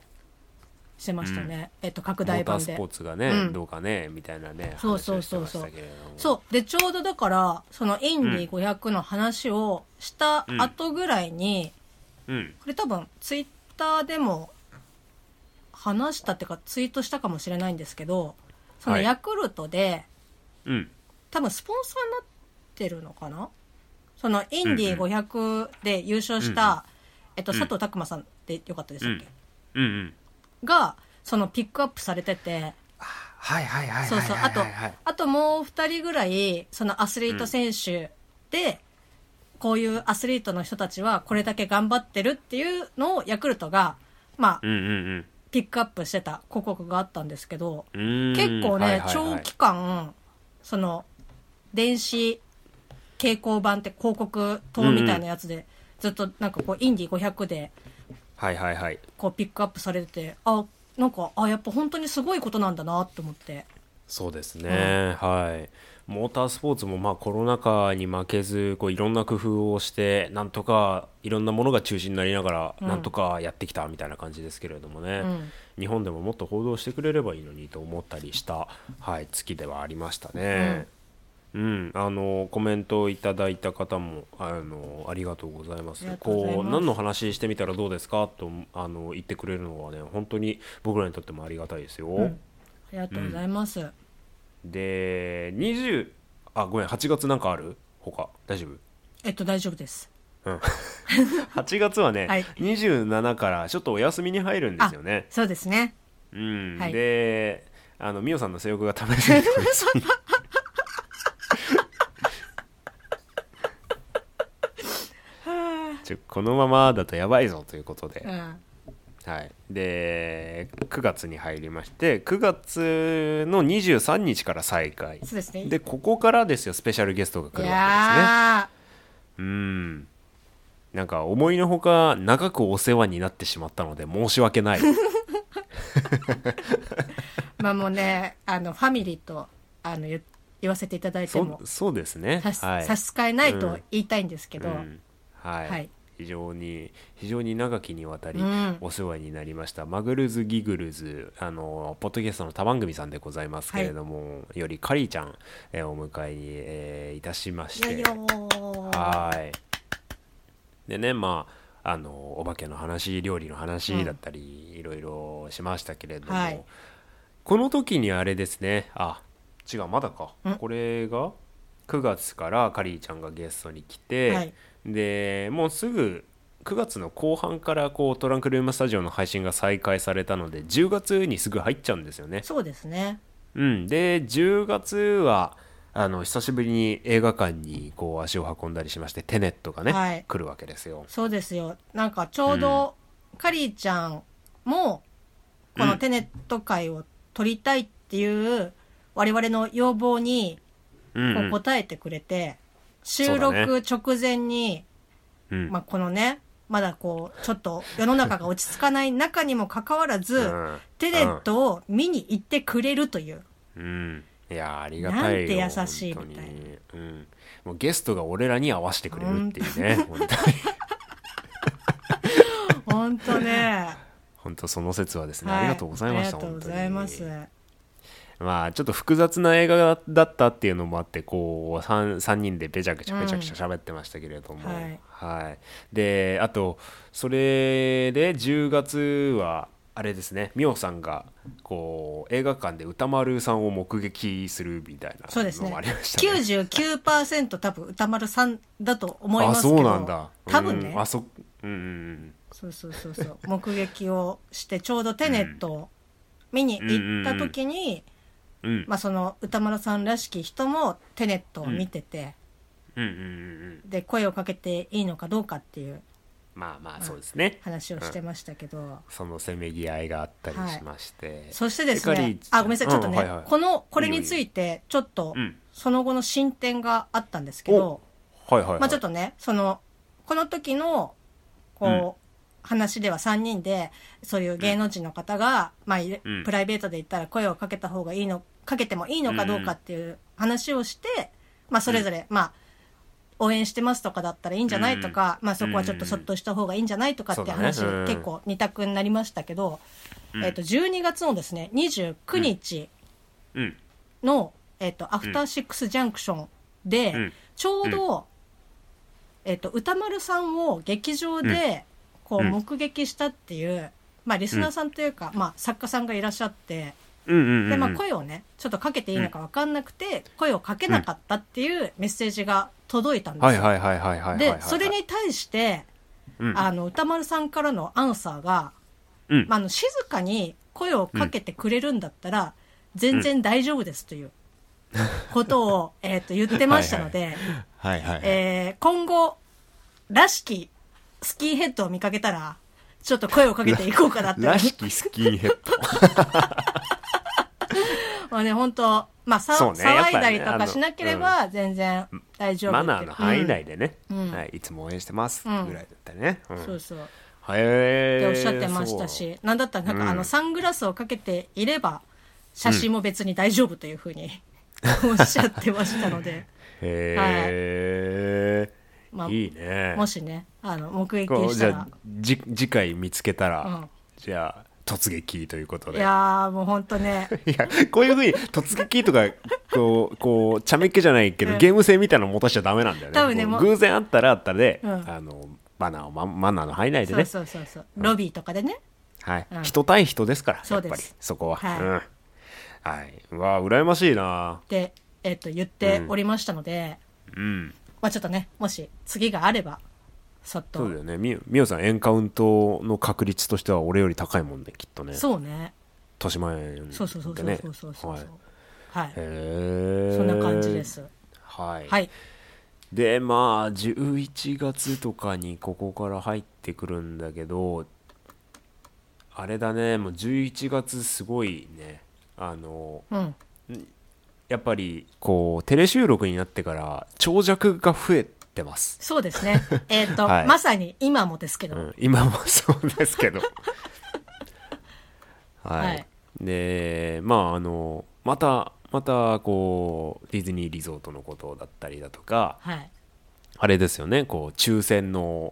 してましたね。拡大版で。 モータースポーツがね、どうかねみたいなね。 そう。そうでちょうどだからそのインディ500の話をした後ぐらいに、これ多分ツイッターでも話したっていうかツイートしたかもしれないんですけど、そのヤクルトで、多分スポンサーになってるのかな。そのインディ500で優勝した、佐藤拓磨さんでよかったでしたっけ、がそのピックアップされてて、そうあともう2人ぐらいそのアスリート選手で、こういうアスリートの人たちはこれだけ頑張ってるっていうのをヤクルトがまあ、ピックアップしてた広告があったんですけど、結構ね、長期間その電子蛍光板って広告塔みたいなやつで、ずっとなんかこうインディ500でこうピックアップされてて、なんかやっぱ本当にすごいことなんだなって思って。 そうですね、モータースポーツもまあコロナ禍に負けずこういろんな工夫をしてなんとかいろんなものが中心になりながらなんとかやってきたみたいな感じですけれどもね、日本でももっと報道してくれればいいのにと思ったりした、月ではありましたね。コメントをいただいた方もありがとうございます。こう何の話してみたらどうですかと言ってくれるのはね、本当に僕らにとってもありがたいですよ。 ありがとうございます。 でごめん、8月なんかある？他大丈夫？ 大丈夫です。 8月はね、27からちょっとお休みに入るんですよね。 そうですね。 でみおさんの性欲が試せるとですねこのままだとやばいぞということで、で9月に入りまして、9月の23日から再開。 そうですね。 でここからですよ、スペシャルゲストが来るわけですね。なんか思いのほか長くお世話になってしまったので申し訳ないまあもうね、ファミリーと言わせていただいてもそうですね、 差し支えないと言いたいんですけど、非常に長きにわたりお世話になりました、マグルズギグルズポッドキャストの他番組さんでございますけれども、よりカリーちゃん、お迎えに、いたしまして、でね、お化けの話、料理の話だったり、いろいろしましたけれども、この時にあれですね、まだか、これが9月からカリーちゃんがゲストに来て、でもうすぐ9月の後半からこうトランクルームスタジオの配信が再開されたので、10月にすぐ入っちゃうんですよね。 そうですね。 で10月は久しぶりに映画館にこう足を運んだりしまして、テネットがね、来るわけですよ。 そうですよ。なんかちょうど、カリーちゃんもこのテネット会を撮りたいっていう我々の要望にこう答えてくれて、収録直前に、このね、まだこうちょっと世の中が落ち着かない中にもかかわらず、テネットを見に行ってくれるという、 いやありがたいよ、 なんて優しいみたいな、 もうゲストが俺らに合わせてくれるっていうね、 本当ね、 本当その説はですね、ありがとうございました。 ありがとうございます。 まあちょっと複雑な映画だったっていうのもあってこう 3人でべちゃくちゃ喋ってましたけれども、はい、であとそれで10月はあれですね、ミオさんがこう映画館で歌丸さんを目撃するみたいなのもありましたね。 そうですね。99% 多分歌丸さんだと思いますけど。あ、そうなんだ。多分ね。そう目撃をしてちょうどテネットを見に行った時に、まあその歌丸さんらしき人もテネットを見てて、で声をかけていいのかどうかっていう。 まあそうですね、 話をしてましたけど、 そのせめぎ合いがあったりしまして、 そしてですね、ごめんなさい、ちょっとね、これについてちょっとその後の進展があったんですけど、まあちょっとね、この時のこう話では3人でそういう芸能人の方がまあプライベートで言ったら声をかけてもいいのかどうかっていう話をして、まあそれぞれまあ応援してますとかだったらいいんじゃないとか、まあそこはちょっとそっとした方がいいんじゃないとかって話、結構二択になりましたけど、12月のですね、29日の、アフターシックスジャンクションで、ちょうど、歌丸さんを劇場でこう目撃したっていう、まあリスナーさんというか、まあ作家さんがいらっしゃって、でまあ声をねちょっとかけていいのか分かんなくて、声をかけなかったっていうメッセージが届いたんですよ。でそれに対して、歌丸さんからのアンサーが、静かに声をかけてくれるんだったら、全然大丈夫ですということを、言ってましたので、今後らしきスキンヘッドを見かけたらちょっと声をかけていこうかなってらしきスキンヘッドまあね、本当まあ騒いだりとかしなければ全然大丈夫、 マナーの範囲内でね、いつも応援してますぐらいだったね、 そうそうっておっしゃってましたし、なんだったらなんかサングラスをかけていれば写真も別に大丈夫というふうにおっしゃってましたので、まあ、いいね。もしね目撃したら次回見つけたら、じゃあ突撃ということで。 いやもうほんとねいやこういうふうに突撃とかこうちゃめっ気じゃないけど、ゲーム性みたいなの持たしちゃダメなんだよね。多分ね偶然あったらで、マナーの範囲内でね。 そうロビーとかでね、 人対人ですからやっぱりそこは。はい、うわ羨ましいなって言っておりましたので、まあちょっとねもし次があればそっと。 そうだよね、みおさんエンカウントの確率としては俺より高いもんねきっとね。 そうね、 年前でね。 そうはいそんな感じです。はいでまあ11月とかにここから入ってくるんだけど、あれだね、もう11月すごいね、やっぱりこうテレ収録になってから長尺が増えてます。 そうですねまさに今もですけど、 今もそうですけどでまあまたこうディズニーリゾートのことだったりだとか、あれですよね、こう抽選の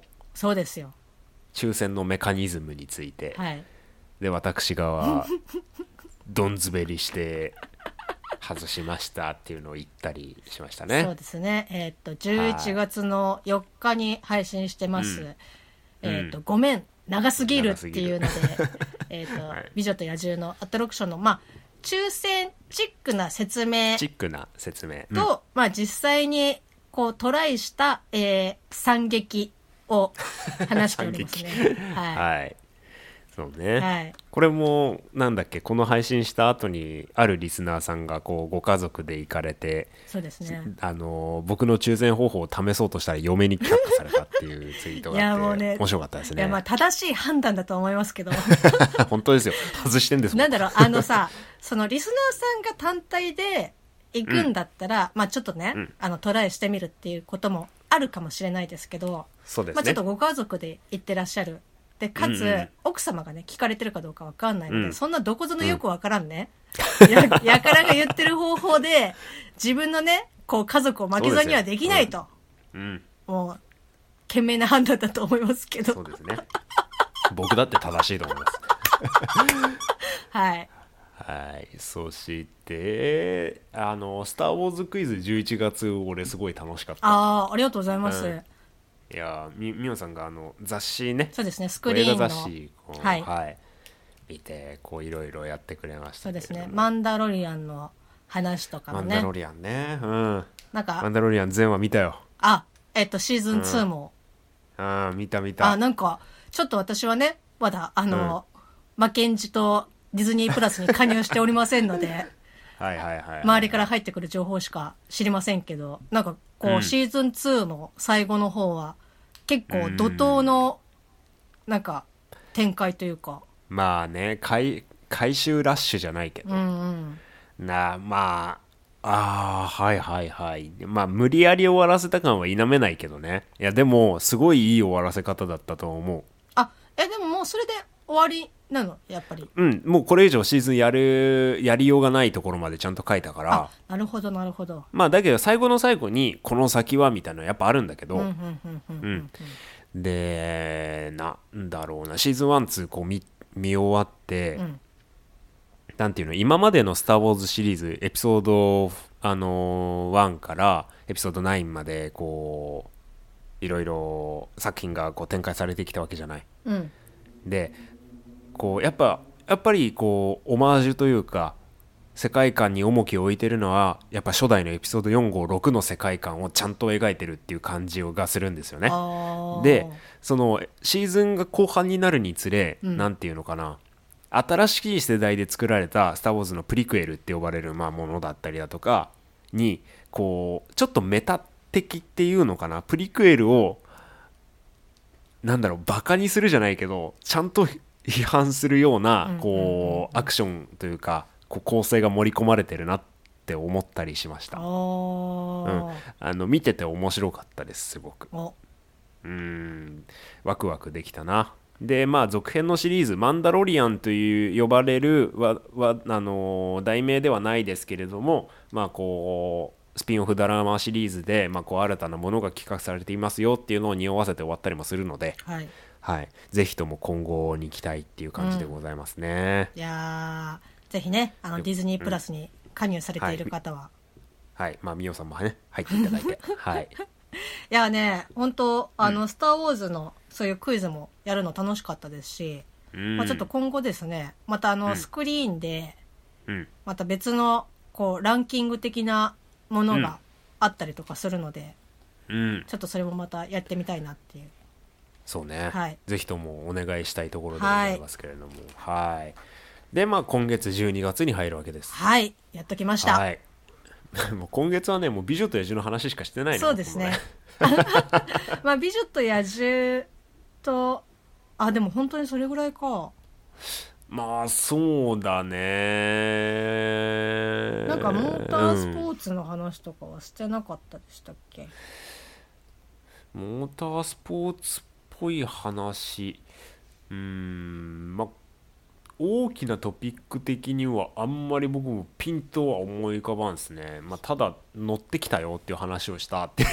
メカニズムについて、で私がどん滑りして外しましたっていうのを言ったりしましたね。 そうですね。11月の4日に配信してます。ごめん長すぎるっていうので美女と野獣のアトラクションのまあ抽選チックな説明と、まあ実際にこうトライした惨劇を話しておりますね。 そうね、これもなんだっけ、この配信した後にあるリスナーさんがこうご家族で行かれて、 そうですね、 僕の抽選方法を試そうとしたら嫁に却下されたっていうツイートがあって、いやもう、ね、面白かったですね。 いやまあ正しい判断だと思いますけど本当ですよ、外してんですもん。 なんだろうさそのリスナーさんが単体で行くんだったら、まあちょっとね、トライしてみるっていうこともあるかもしれないですけど、 そうですね、 まあちょっとご家族で行ってらっしゃるで、かつ、奥様がね聞かれてるかどうかわかんないので、そんなどこぞのよくわからんね、やからが言ってる方法で自分のねこう家族を負けずにはできないと、もう賢明な判断だと思いますけど。 そうですね僕だって正しいと思いますはい、そしてスター・ウォーズクイズ11月俺すごい楽しかった。 ありがとうございます、 いやみおさんが雑誌ね、 そうですね、スクリーンの映画雑誌はい、 見てこういろいろやってくれました。 そうですね、マンダロリアンの話とかもね。 マンダロリアンね、 なんかマンダロリアン全話見たよ。 シーズン2も、 見た。 なんかちょっと私はねまだマケンジとディズニープラスに加入しておりませんので周りから入ってくる情報しか知りませんけど、なんかこう、シーズン2の最後の方は結構怒涛のなんか展開というか、 まあね、回収ラッシュじゃないけど、まあ無理やり終わらせた感は否めないけどね。いやでもすごいいい終わらせ方だったと思う。 でももうそれで終わりなのやっぱり。 もうこれ以上シーズンやりようがないところまでちゃんと書いたから。 なるほどなるほど。 まあだけど最後の最後にこの先はみたいなのやっぱあるんだけど、でなんだろうな、シーズン1、2こう見終わって、なんていうの、今までのスター・ウォーズシリーズエピソード1からエピソード9までこういろいろ作品がこう展開されてきたわけじゃない。でこうやっぱりこうオマージュというか世界観に重きを置いてるのはやっぱ初代のエピソード456の世界観をちゃんと描いてるっていう感じがするんですよね。でそのシーズンが後半になるにつれ、なんていうのかな、新しい世代で作られたスター・ウォーズのプリクエルって呼ばれるものだったりだとかにこうちょっとメタ的っていうのかな、プリクエルをなんだろうバカにするじゃないけどちゃんと批判するようなこうアクションというかこう構成が盛り込まれてるなって思ったりしました。見てて面白かったです。すごくワクワクできたな。でまあ続編のシリーズマンダロリアンという呼ばれる題名ではないですけれども、まあこうスピンオフドラマシリーズで、まあ、こう新たなものが企画されていますよっていうのを匂わせて終わったりもするので、ぜひとも今後に期待っていう感じでございますね。 いやぜひねディズニープラスに加入されている方は、 まあみおさんもね入っていただいていやね本当スター・ウォーズのそういうクイズもやるの楽しかったですし、まあ、ちょっと今後ですねまたスクリーンでまた別のこうランキング的なものがあったりとかするので、ちょっとそれもまたやってみたいなっていう。 そうね、ぜひともお願いしたいところでございますけれども、でまあ今月12月に入るわけです。 やっときました。 もう今月はねもう美女と野獣の話しかしてないの。 そうですねまあ美女と野獣とでも本当にそれぐらいか。 まあそうだね。 なんかモータースポーツの話とかはしてなかったでしたっけ。 モータースポーツっぽい話、まあ大きなトピック的にはあんまり僕もピンとは思い浮かばんですね。まあただ乗ってきたよっていう話をしたっていう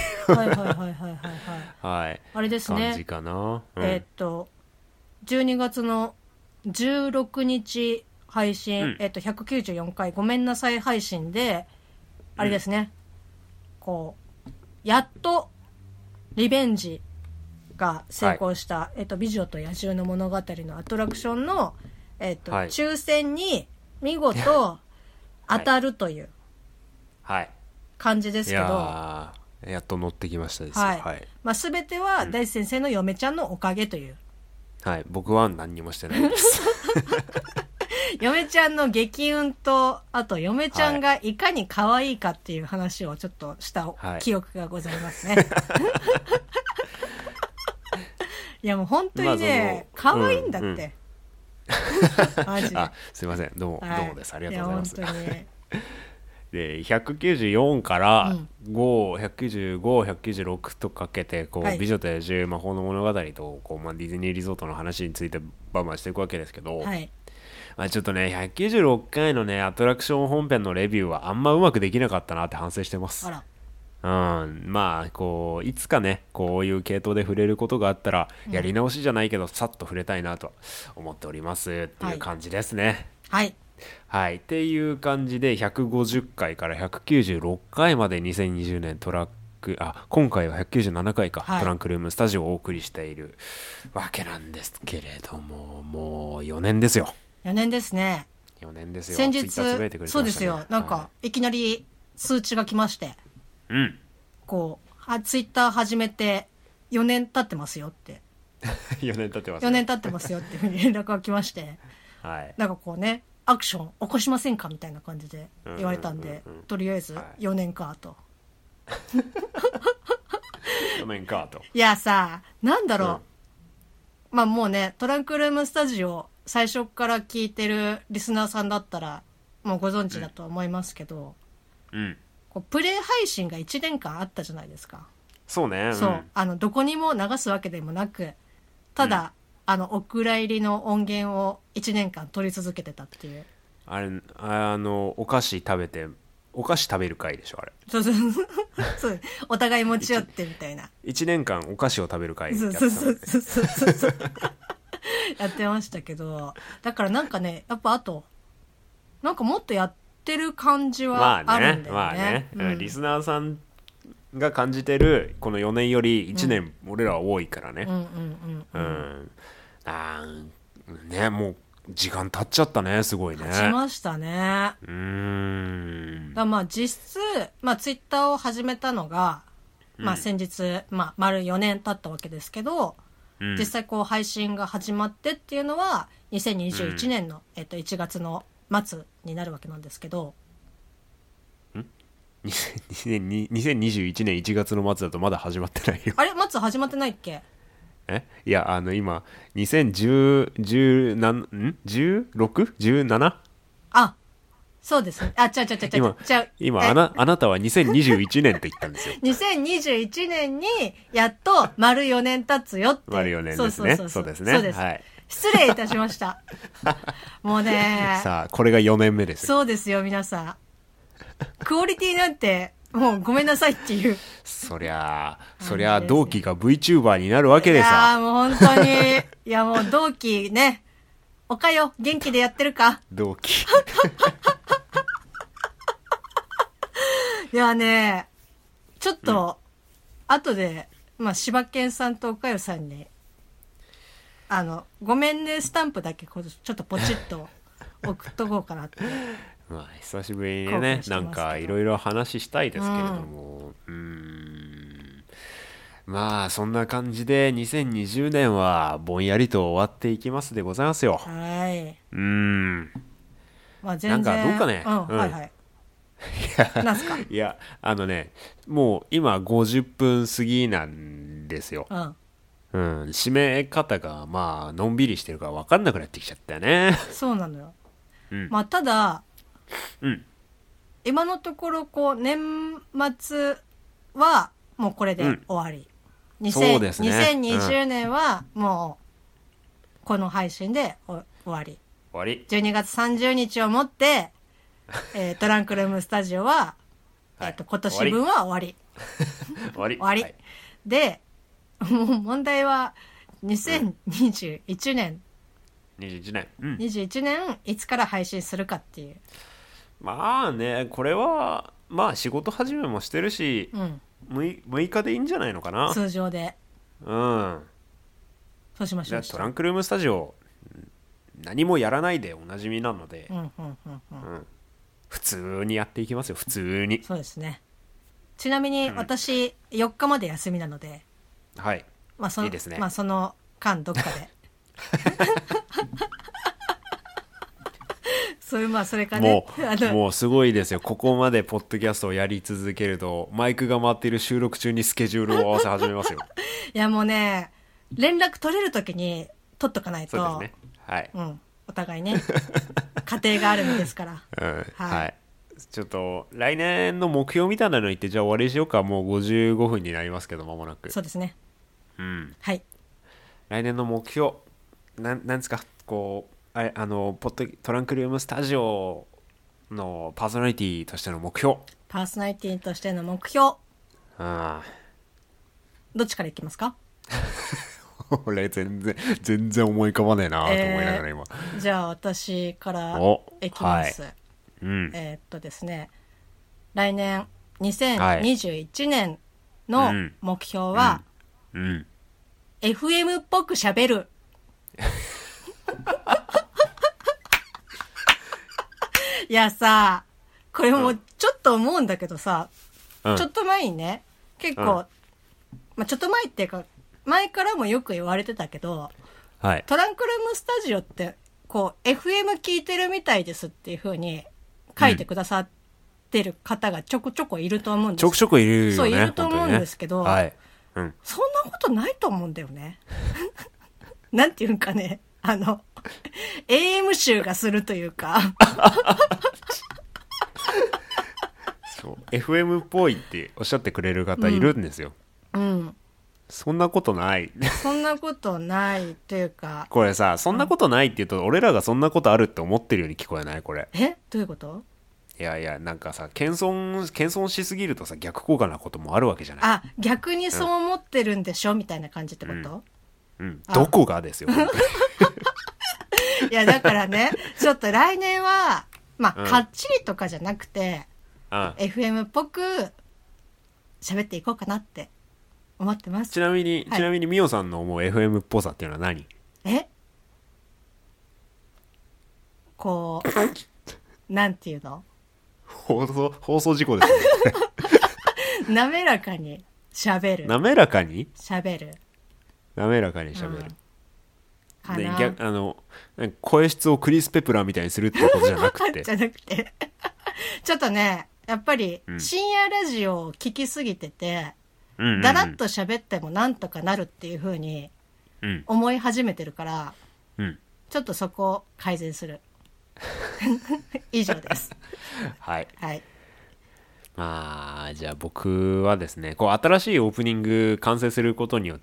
あれですね感じかな。 12月の16日配信、194回ごめんなさい配信であれですね、こうやっとリベンジが成功した、美女と野獣の物語のアトラクションの、抽選に見事当たるという感じですけど、 やっと乗ってきましたですよ。 まあ、全ては大地先生の嫁ちゃんのおかげという、 僕は何にもしてないです嫁ちゃんの激運とあと嫁ちゃんがいかに可愛いかっていう話をちょっとした記憶がございますね、いやもう本当にね可愛いんだって、マジですいませんどうもです、ありがとうございます。いや本当にで194から195、196とかけてこう、美女と野獣魔法の物語とこう、ディズニーリゾートの話についてバンバンしていくわけですけど、ちょっとね196回のねアトラクション本編のレビューはあんまうまくできなかったなって反省してます。まあこういつかねこういう系統で触れることがあったら、やり直しじゃないけどさっと触れたいなと思っておりますっていう感じですね。 はい、っていう感じで150回から196回まで2020年トラック今回は197回か、はい、トランクルームスタジオをお送りしているわけなんですけれども、もう4年ですよ。 4年ですね。 4年ですよ。 先日そうですよ、なんか、はい、いきなり数値が来まして、 うん、 こうツイッター始めて4年経ってますよって 4年経ってます 4年経ってますよって連絡が来まして、 はい、 なんかこうね、アクション起こしませんかみたいな感じで言われたんで、とりあえず4年かと、はい、 4年かと。 いやさ、なんだろう、まあもうね、トランクルームスタジオ最初から聞いてるリスナーさんだったらもうご存知だと思いますけど、こうプレイ配信が1年間あったじゃないですか。 そうね、 そう、どこにも流すわけでもなく、ただ、お蔵入りの音源を1年間取り続けてたっていう。 あれ、お菓子食べる回でしょ、あれ。 そうそうそうお互い持ち寄ってみたいな。 1年間お菓子を食べる回やってたので、そうやってましたけど、だからなんかね、やっぱあとなんかもっとやってる感じはあるんだよね。 リスナーさんが感じてるこの4年より1年、俺らは多いからね。ね、もう時間経っちゃったね。すごいね。 経ちましたね。だまあ実質、まあツイッターを始めたのが、まあ先日、まあ丸4年経ったわけですけど、実際こう配信が始まってっていうのは2021年の、1月の末になるわけなんですけど、 2021年1月の末だとまだ始まってないよ。 あれ、末始まってないっけ？ いや、今2016?17? あ、そうですね。 今あなたは2021年と言ったんですよ。 2021年にやっと丸4年経つよって。 丸4年ですね。そうですね。 そうです。はい。失礼いたしました。もうね。 さあ、これが4年目です。 そうですよ、皆さん。クオリティなんてもうごめんなさいっていう。 そりゃ同期が VTuber になるわけでさ。 いやもう本当にいやもう同期ね、おかよ元気でやってるか同期いやね、ちょっと、後でまあ柴犬さんとおかよさんにごめんねスタンプだけちょっとポチッと送っとこうかなってまあ久しぶりにね、なんかいろいろ話したいですけれども、まあそんな感じで2020年はぼんやりと終わっていきますでございますよ。 はい。まあなん全然かどうかね。 はいはい。なんすか？ いやもう今50分過ぎなんですよ。締め方がまあのんびりしてるから分かんなくなってきちゃったよね。 そうなのよ。まあただ。今のところこう年末はもうこれで終わり、 そうですね、 2020年はもうこの配信で終わり12月30日をもって、トランクルームスタジオは、今年分は終わり終わり、でもう問題は2021年、21年いつから配信するかっていう。 まあね、これはまあ仕事始めもしてるし、6日でいいんじゃないのかな、 通常で。そうしましょう。 トランクルームスタジオ何もやらないでおなじみなので、普通にやっていきますよ。普通に。 そうですね。ちなみに私、4日まで休みなので、 はい、 まあいいですね。 まあその間どっかでそういう、まあそれかね、 もうすごいですよ。ここまでポッドキャストをやり続けるとマイクが回っている収録中にスケジュールを合わせ始めますよ。 いやもうね、連絡取れるときに取っとかないと。 そうですね。はい。 お互いね、家庭があるんですから。 はい。ちょっと来年の目標みたいなの言ってじゃあ終わりにしようか。もう55分になりますけど間もなく。 そうですね。はい。 来年の目標なんですか。こうトランクルームスタジオのパーソナリティとしての目標。 パーソナリティとしての目標。どっちからいきますか？ 俺全然思い浮かばねえなと思いながら今、 じゃあ私からいきます、はい、ですね、来年2021年の目標は、FM っぽく喋るいやさ、これもちょっと思うんだけどさ、ちょっと前にね、結構、ちょっと前っていうか前からもよく言われてたけど、はい、トランクルームスタジオってこう FM 聞いてるみたいですっていう風に書いてくださってる方がちょこちょこいると思うんです。 ちょくちょくいるよね。 そういると思うんですけど、 ね、はい、 そんなことないと思うんだよね。なんていうんかね、AM 集がするというか。 そう、FM っぽいっておっしゃってくれる方いるんですよ。そんなことない。 そんなことないっていうか。 これさ、そんなことないって言うと、俺らがそんなことあるって思ってるように聞こえない？これ。 どういうこと？ いやいや、なんかさ、謙遜しすぎるとさ、逆効果なこともあるわけじゃない。 あ、逆にそう思ってるんでしょ、みたいな感じってこと？ どこがですよ。 いや、だからね、ちょっと来年は、かっちりとかじゃなくて、FM っぽく喋っていこうかなって思ってます。 ちなみにみおさんの思う FM っぽさっていうのは何？ こうなんていうの？ 放送事故ですね。 滑らかに喋る。 滑らかに喋る。 滑らかに喋る。で、声質をクリス・ペプラーみたいにするってことじゃなくて。 じゃなくて。ちょっとね、やっぱり深夜ラジオを聞きすぎてて、だらっと喋ってもなんとかなるっていう風に思い始めてるから、ちょっとそこを改善する。以上です。 はい。 はい。 じゃあ僕はですね、こう新しいオープニング完成することによって、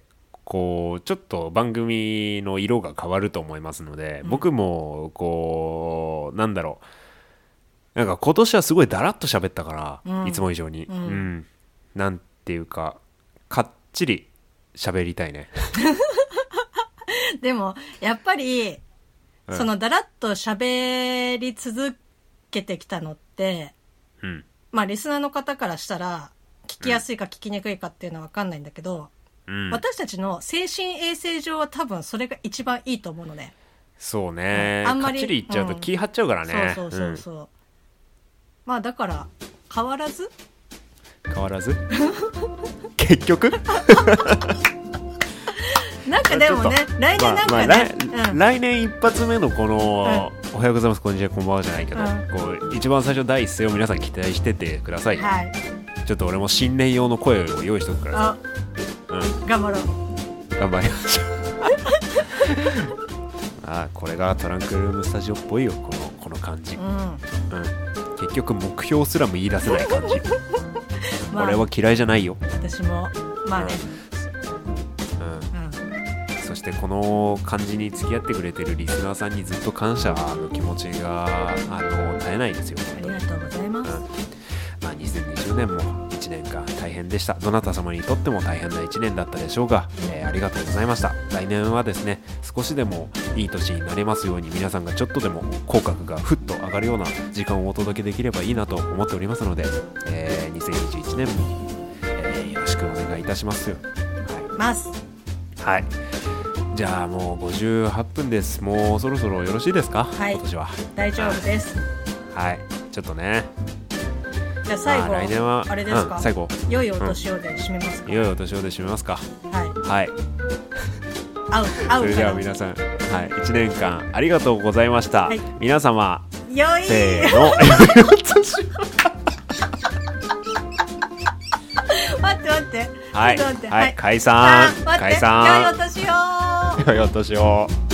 こうちょっと番組の色が変わると思いますので、僕もこうなんか今年はすごいだらっと喋ったから、いつも以上に、なんていうかかっちり喋りたいね。 でもやっぱり、そのだらっと喋り続けてきたのって、リスナーの方からしたら聞きやすいか聞きにくいかっていうのは分かんないんだけど、私たちの精神衛生上は多分それが一番いいと思うのね。 そうね、あんまりかっちり言っちゃうと気張っちゃうからね。 そうだから変わらず結局なんかでもね、来年なんかね、 来年一発目のこの、おはようございます、こんにちは、こんばんはじゃないけど、こう一番最初第一声を皆さん期待しててくださいよ。ちょっと俺も新年用の声を用意しとくからさ。 頑張ろう。 頑張りましょう。これがトランクルームスタジオっぽいよ、この感じ。結局目標すらも言い出せない感じ。俺は嫌いじゃないよ。 私もね。 そしてこの感じに付き合ってくれてるリスナーさんにずっと感謝の気持ちが絶えないですよ。 ありがとうございます。 2020年も1年間大変でした。どなた様にとっても大変な1年だったでしょうが、ありがとうございました。来年はですね、少しでもいい年になれますように、皆さんがちょっとでも口角がふっと上がるような時間をお届けできればいいなと思っておりますので、2021年も、よろしくお願いいたしますよ。はい。じゃあもう58分です。もうそろそろよろしいですか？ はい、 今年は大丈夫です。 はい、ちょっとね。 じゃあ最後、 来年はあれですか？ 最後、 良いお年をで締めますか？ 良いお年をで締めますか？はい。 それでは皆さん、1年間ありがとうございました。皆様、せーの。 待って。 はい、解散。 良いお年を。 良いお年を。